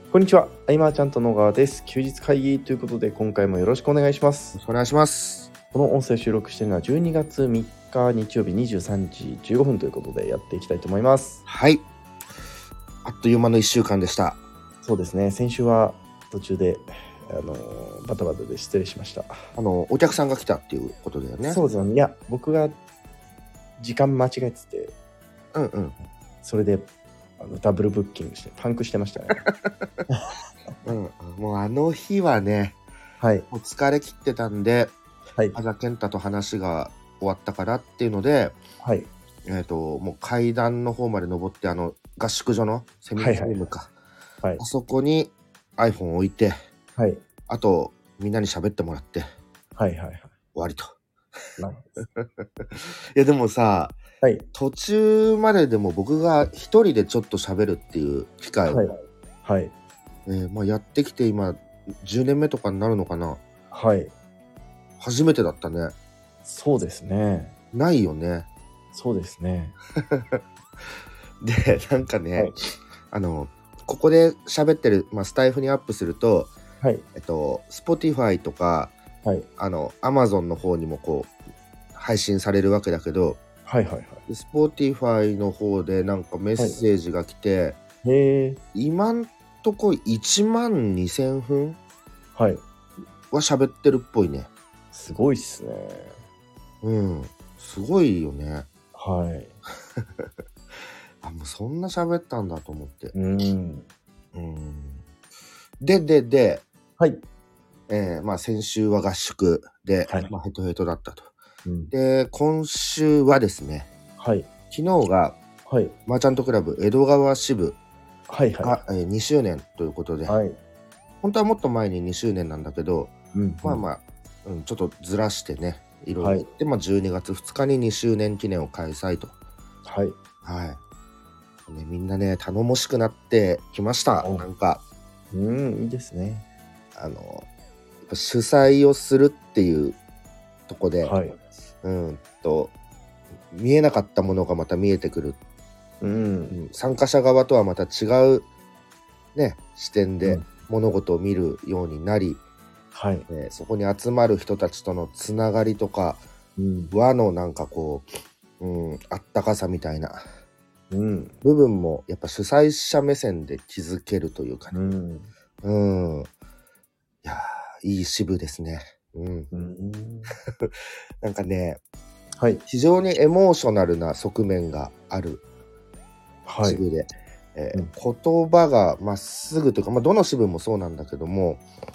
こんにちは、あいまーちゃんと野川です。休日会議ということで、今回もよろしくお願いします。 お願いします。 この音声を収録しているのは12月3日日曜日23時15分ということでやっていきたいと思います。 はい。あっという間の1週間でした。 そうですね、先週は途中でバタバタで失礼しました。 お客さんが来たっていうことだよね。 そうですね、いや、僕が時間間違えてて、それでダブルブッキングしてパンクしてましたね。 もうあの日はね、 はい、 もう疲れ切ってたんで、 はい、 あざ健太と話が終わったからっていうので、 はい、 もう階段の方まで登って合宿所のセミナールームか、 はい、 あそこに iPhone 置いて、 はい、 あとみんなに喋ってもらって、 はい、 終わりと。 なるほど。 いやでもさ、 はい、 途中まででも僕が一人でちょっと喋るっていう機会を、 はい、 まあ、やってきて今10年目とかになるのかな。 はい、 初めてだったね。 そうですね。 ないよね。 そうですね。 でなんかね、 はい、 ここで喋ってる、スタイフにアップすると、 はい、 Spotify とか、 はい、 Amazon の方にもこう配信されるわけだけど、 はい、はい、はい。 Spotify の方でなんかメッセージが来て、 へえ、 今んとこ12000分はい。 は喋ってるっぽいね。 すごいっすね。 すごいよね。 はい。 もうそんな喋ったんだと思って。で、 はい。 先週は合宿で、 はい、 ヘトヘトだったと。で、今週はですね、 はい。 昨日が、 はい。 マーチャントクラブ江戸川支部はい、 が、 は 2周年ということで、 い。はい。 本当はもっと前に2周年なんだけど、ちょっとずらしてね、いろいろ言って、12月2日に2周年記念を開催と。 はい。 ね、みんなね、頼もしくなってきました。なんか。 いいですね。 やっぱ主催をするっていうとこで、見えなかったものがまた見えてくる。参加者側とはまた違うね、視点で物事を見るようになり、そこに集まる人たちとのつながりとか、輪のなんかこう、あったかさみたいな、部分もやっぱ主催者目線で気づけるというかね。いやー、いい支部ですね。なんかね、非常にエモーショナルな側面がある支部で、言葉がまっすぐというか、どの支部もそうなんだけども、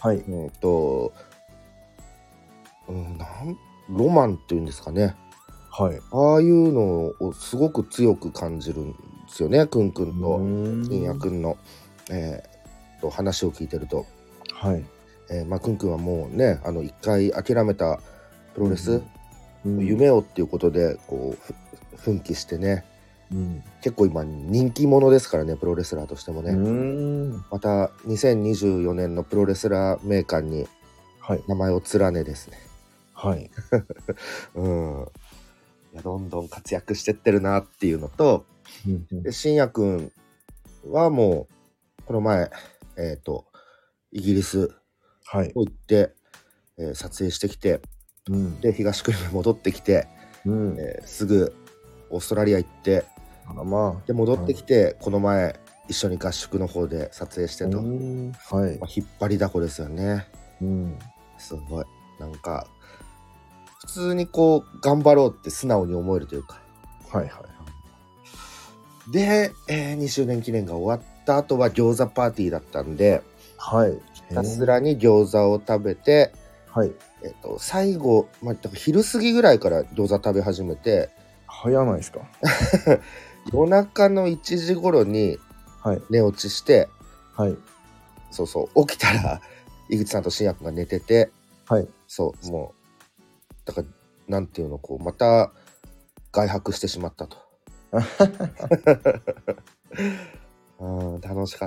ロマンっていうんですかね。ああいうのをすごく強く感じるんですよね、くんと金也くんの、話を聞いてると。くんはもうね、一回諦めたプロレス、夢をっていうことでこう奮起してね、結構今人気者ですからね、プロレスラーとしてもね。また2024年のプロレスラー名鑑に名前を連ねですね。いやどんどん活躍してってるなっていうのと、で信也くんはもうこの前イギリスを行って、撮影してきて、で東久留米戻ってきて、すぐオーストラリア行って、で戻ってきて、この前一緒に合宿の方で撮影してと、引っ張りだこですよね。すごいなんか普通にこう頑張ろうって素直に思えるというか。で、2周年記念が終わった後は餃子パーティーだったんで、ひたすらに餃子を食べて、最後、昼過ぎぐらいから餃子食べ始めて、 早ないですか？ 夜中の1時頃に寝落ちして、起きたら井口さんと信也君が寝てて、もうだからなんていうの、こうまた外泊してしまったと。楽しかった。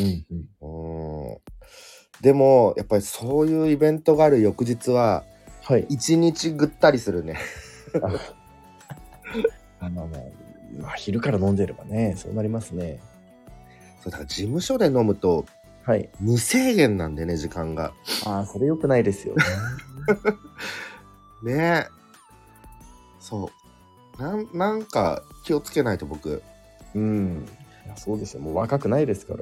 でもやっぱりそういうイベントがある翌日は一日ぐったりするね。 昼から飲んでればね、そうなりますね。 そうだから事務所で飲むと、はい、無制限なんでね、時間が。 ああ、それ良くないですよね。ねえ。そう。なんか気をつけないと僕。 うん。いやそうですよ。もう若くないですから。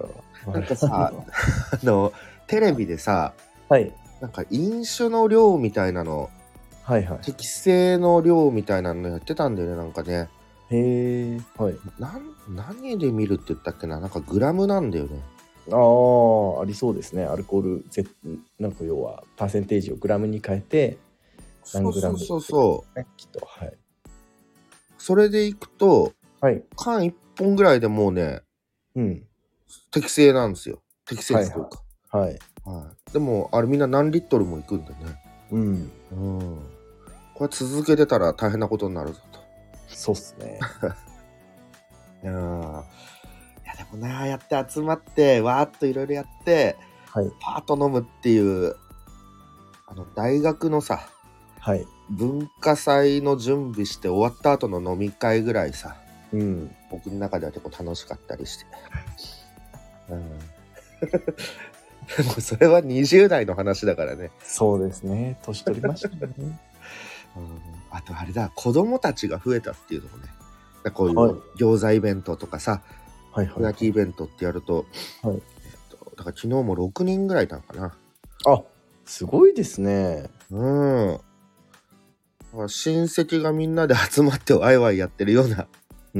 なんかさ、テレビでさ、 はい。 なんか飲酒の量みたいなの、 はいはい。 適正の量みたいなのやってたんだよね、なんかね。 へえ。はい。 何で見るって言ったっけな、なんかグラムなんだよね。 ありそうですね。アルコール、なんか要はパーセンテージをグラムに変えて、 何グラム、そう、 きっと。はい。 それでいくと、 はい。 缶1本ぐらいでもうね、うん。適正なんですよ。適正というか。はい。はい。でも、あれみんな何リットルもいくんでね。うん。これ続けてたら大変なことになるぞと。 そうっすね。 いやでもな、やって集まって、わーっといろいろやって、はい、パーッと飲むっていう、大学のさ、はい、文化祭の準備して終わった後の飲み会ぐらいさ、うん、僕の中では結構楽しかったりして。うん、でもそれは20代の話だからね。 そうですね。年取りましたね。 あとあれだ、子供たちが増えたっていうのもね。こういう餃子イベントとかさ、焼きイベントってやると、はい、だから昨日も6人ぐらいいたのかな。 あ、すごいですね。 うん。親戚がみんなで集まってワイワイやってるような。うん。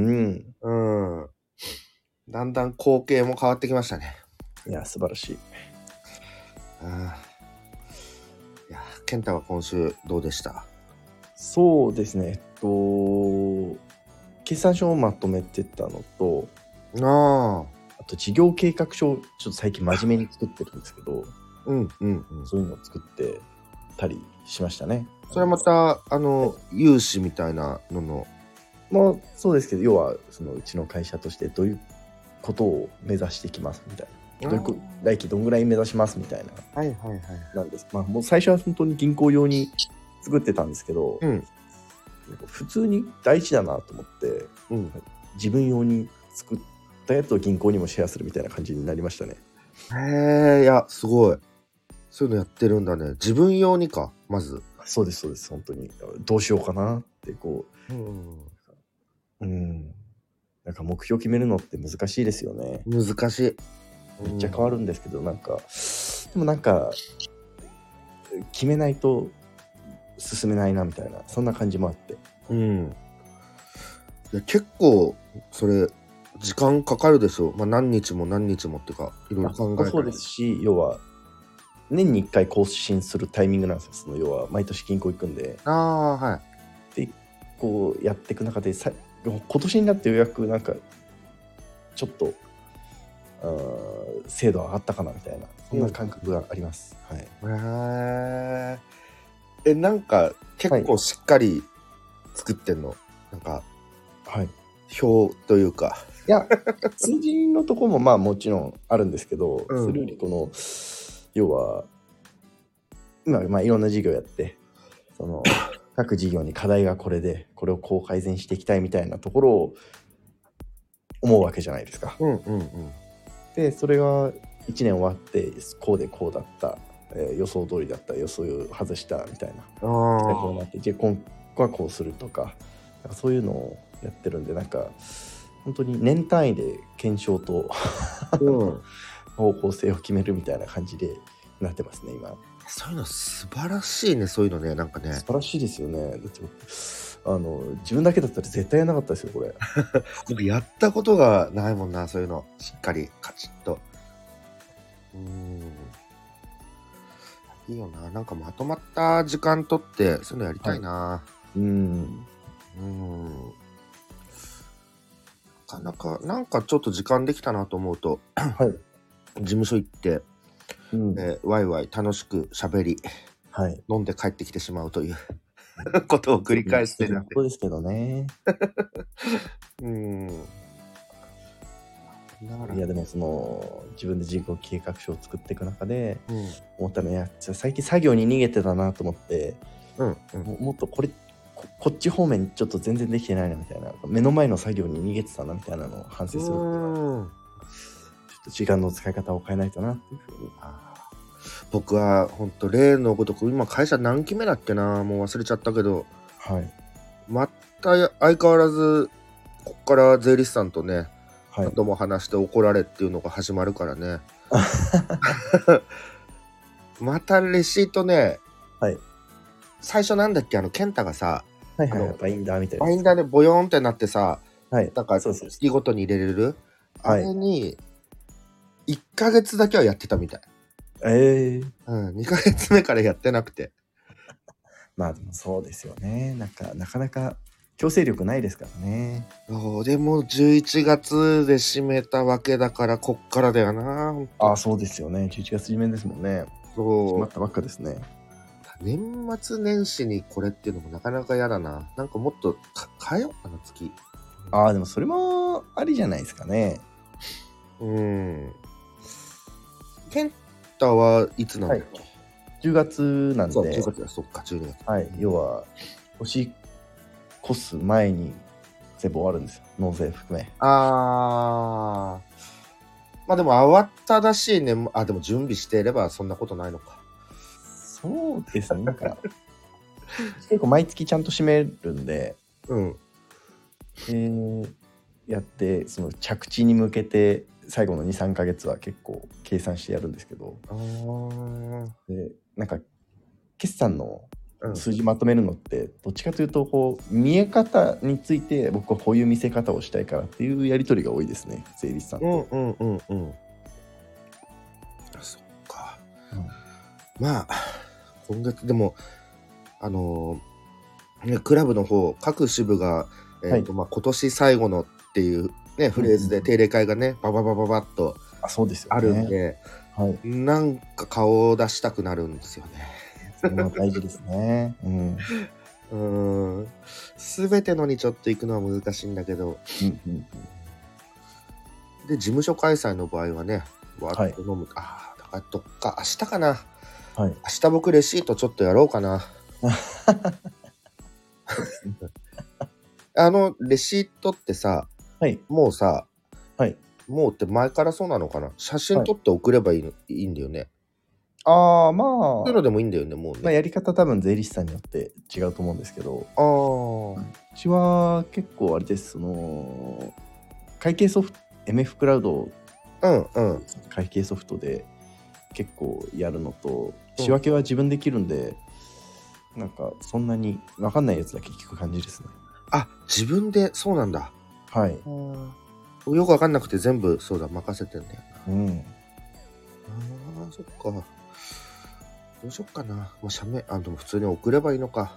うん。だんだん光景も変わってきましたね。 いや、素晴らしい。いや、健太は今週どうでした？ そうですね。決算書をまとめてたのと、あと事業計画書をちょっと最近真面目に作ってるんですけど、そういうのを作ってたりしましたね。 それはまた融資みたいなのの、 まあそうですけど、要はそのうちの会社としてどういうことを目指していきますみたいな、来期どんぐらい目指しますみたいな、なんです。まあもう最初は本当に銀行用に作ってたんですけど、普通に大事だなと思って、自分用に作ったやつを銀行にもシェアするみたいな感じになりましたね。 へえ、いやすごい。そういうのやってるんだね。自分用にか、まず。 そうですそうです。本当にどうしようかなってこう、なんか目標決めるのって難しいですよね。 難しい。 めっちゃ変わるんですけど、なんかでもなんか決めないと進めないなみたいな、そんな感じもあって。 いや結構それ時間かかるでしょ。まあ何日も何日もっていうかいろいろ考えて。 そうですし、要は年に1回更新するタイミングなんですよ。その要は毎年銀行行くんで。 はい。 でこうやっていく中で今年になってようやくなんかちょっと精度上がったかなみたいな、そんな感覚があります。 はい。なんか結構しっかり作ってんの、なんか表というか。 いや数字のとこもまあもちろんあるんですけど、それよりこの要は今まあいろんな事業やってその各事業に課題がこれでこれをこう改善していきたいみたいなところを思うわけじゃないですか。でそれが1年終わってこうでこうだった、予想通りだった予想を外したみたいなこうなって、じゃあ今後はこうするとか、そういうのをやってるんで、なんか本当に年単位で検証と方向性を決めるみたいな感じでなってますね今。 そういうの素晴らしいね。そういうのね、なんかね素晴らしいですよね。だって自分だけだったら絶対やらなかったですよこれ。 僕やったことがないもんな、そういうのしっかりカチッと。いいよな。なんかまとまった時間取ってそういうのやりたいな。なかなかなんかちょっと時間できたなと思うと、事務所行って、ワイワイ楽しく喋り、飲んで帰ってきてしまうということを繰り返してるんで。 そうですけどね。いやでもその自分で事業計画書を作っていく中で思ったのは、最近作業に逃げてたなと思って、もっとこっち方面ちょっと全然できてないなみたいな、目の前の作業に逃げてたなみたいなのを反省する。 っと時間の使い方を変えないとなっていうふうに。 僕は本当例のごとく今会社何期目だっけな、もう忘れちゃったけど、 はい。 また相変わらずこっから税理士さんとね、 はい。 とも話して怒られっていうのが始まるからね。またレシートね、 はい。 最初なんだっけ、健太がさ、 はいはい、バインダーみたいな。 バインダーでボヨーンってなってさ、 はい。 なんかそうそう。 月ごとに入れれる、あはい。 れに1ヶ月だけはやってたみたい。2ヶ月目からやってなくて。 まあでもそうですよね。なかなか強制力ないですからね。 でも11月で締めたわけだからこっからだよな。 ああ、そうですよね。11月締めですもんね。 そう。 決まったばっかですね。 年末年始にこれっていうのもなかなか嫌だな。なんかもっと変えようかな、月。 ああ、でもそれもありじゃないですかね。 健太はいつなんだっけ、 はい、10月なんで。 そう、10月だ、そっか、12月。 はい、要は、年越す前に全部終わるんですよ。納税含め。 まあでも慌ただしいね。でも準備していればそんなことないのか。 そうですね。なんか、結構毎月ちゃんと締めるんで、やって、その着地に向けて、最後の 2,3 ヶ月は結構計算してやるんですけど、でなんか決算の数字まとめるのってどっちかというとこう見え方について僕はこういう見せ方をしたいからっていうやり取りが多いですね、税理士さんと。 そっか、まあ今月でもクラブの方各支部が、今年最後のっていうね、フレーズで定例会がね、バババババッとあるんで、なんか顔を出したくなるんですよね。 それは大事ですね。 全てのにちょっと行くのは難しいんだけど、で事務所開催の場合はね、わっと飲む、だからどっか明日かな、明日僕レシートちょっとやろうかな。レシートってさ、もうさ、もうって前からそうなのかな、写真撮って送ればいいんだよね。まあそういうのでもいいんだよね、もうね。 やり方多分税理士さんによって違うと思うんですけど、うちは結構あれです、その会計ソフト MF クラウド、会計ソフトで結構やるのと、仕分けは自分できるんで、なんかそんなに分かんないやつだけ聞く感じですね。 自分で、そうなんだ。 はい。 よく分かんなくて全部そうだ任せてんだよな。そっか。どうしよっかな。まあ、写メでも普通に送ればいいのか。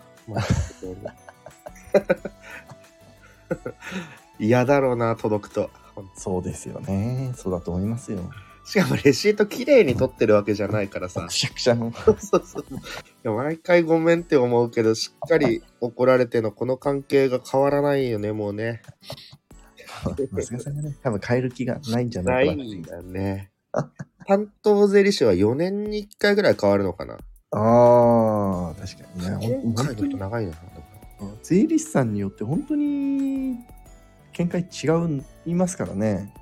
嫌だろうな、届くと。 そうですよね。そうだと思いますよ。 しかもレシート綺麗に取ってるわけじゃないからさ。 くしゃくしゃの。 毎回ごめんって思うけど、しっかり怒られてのこの関係が変わらないよね、もうね。 菅さんがね、多分変える気がないんじゃないかな。 ないんだね。担当税理士は4年に1回ぐらい変わるのかな。 確かにね。 今回の人長いな。 税理士さんによって本当に見解いますからね。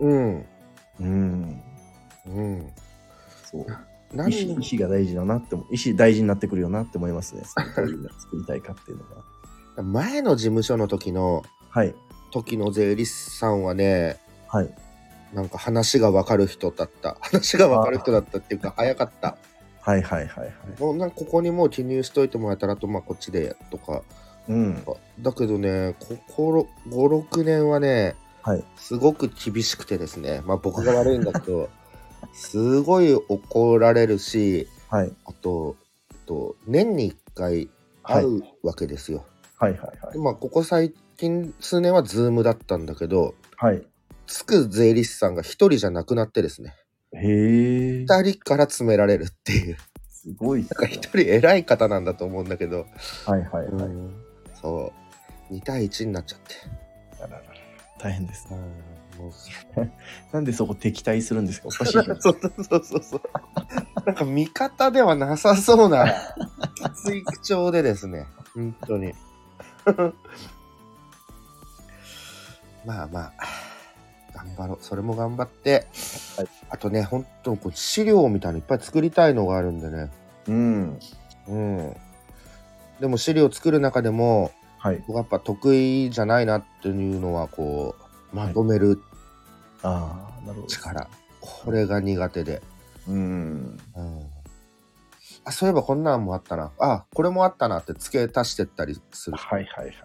そう。意思が大事だなって、意思大事になってくるよなって思いますね。どういうの作りたいかっていうのが。 前の事務所の時の税理士さんはね、なんか話が分かる人だった。話が分かる人だったっていうか早かった。もうなんかここにもう記入しといてもらえたらと、こっちでとか。だけどね、ここ5、6年はね、すごく厳しくてですね、僕が悪いんだけど、すごい怒られるし、あと、年に1回会うわけですよ。ここ最近数年はズームだったんだけど、つく税理士さんが1人じゃなくなってですね、2人から詰められるっていう。 すごい。 なんか1人偉い方なんだと思うんだけど、そう、2対1になっちゃって。 大変ですね。なんでそこ敵対するんですか？おかしいじゃん。 そう。なんか味方ではなさそうなきつい口調でですね、本当に。 頑張ろう。それも頑張って、 はい、 あとね、本当こう資料みたいなのいっぱい作りたいのがあるんでね。でも資料作る中でも、はい、僕やっぱ得意じゃないなっていうのはこうまとめる力、これが苦手で。あ、そういえばこんなんもあったな。あ、これもあったなって付け足してったりする。 はいはいはいはい。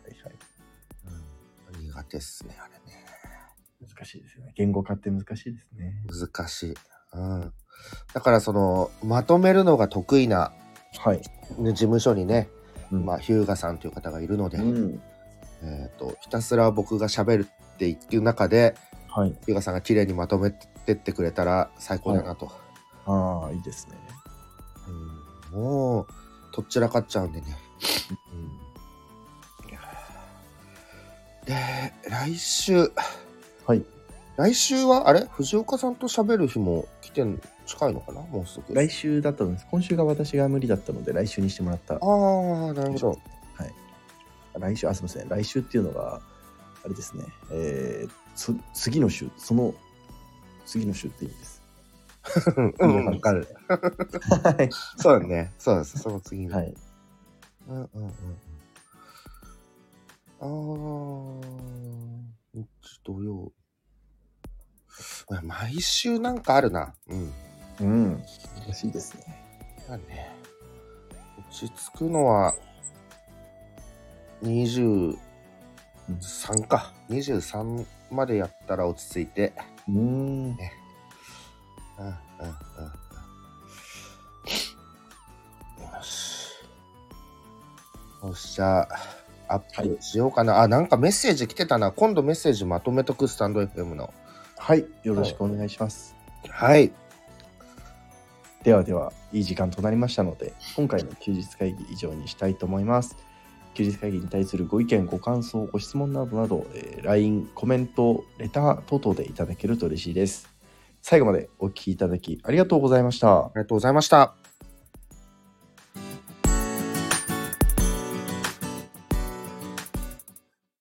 苦手っすね、あれね。 難しいですよね。言語化って難しいですね。 難しい。だからそのまとめるのが得意な、はい、事務所にね、ヒューガさんという方がいるので、ひたすら僕が喋るっていう中で、はい、ヒューガさんが綺麗にまとめてってくれたら最高だなと。 はい、いいですね。 もうとっちらかっちゃうんでね。で、来週、はい、来週はあれ藤岡さんと喋る日も近いのかな、もうすぐ。 来週だったんです。今週が私が無理だったので来週にしてもらった。 ああ、なるほど。 はい。来週、すみません。来週っていうのがあれですね。次の週、その次の週って意味です。 わかる。はい。そうだね。そうです。その次の。はい。日土曜。毎週なんかあるな。 難しいですね。 だね。落ち着くのは23か。23までやったら落ち着いて。ね。よし。よし、じゃあアップしようかな。はい、なんかメッセージ来てたな。今度メッセージまとめとく、スタンド FM の。 はい、よろしくお願いします。 はい。 ではいい時間となりましたので、今回の休日会議以上にしたいと思います。休日会議に対するご意見、ご感想、ご質問など、LINE、コメント、レター等々でいただけると嬉しいです。最後までお聞きいただきありがとうございました。 ありがとうございました。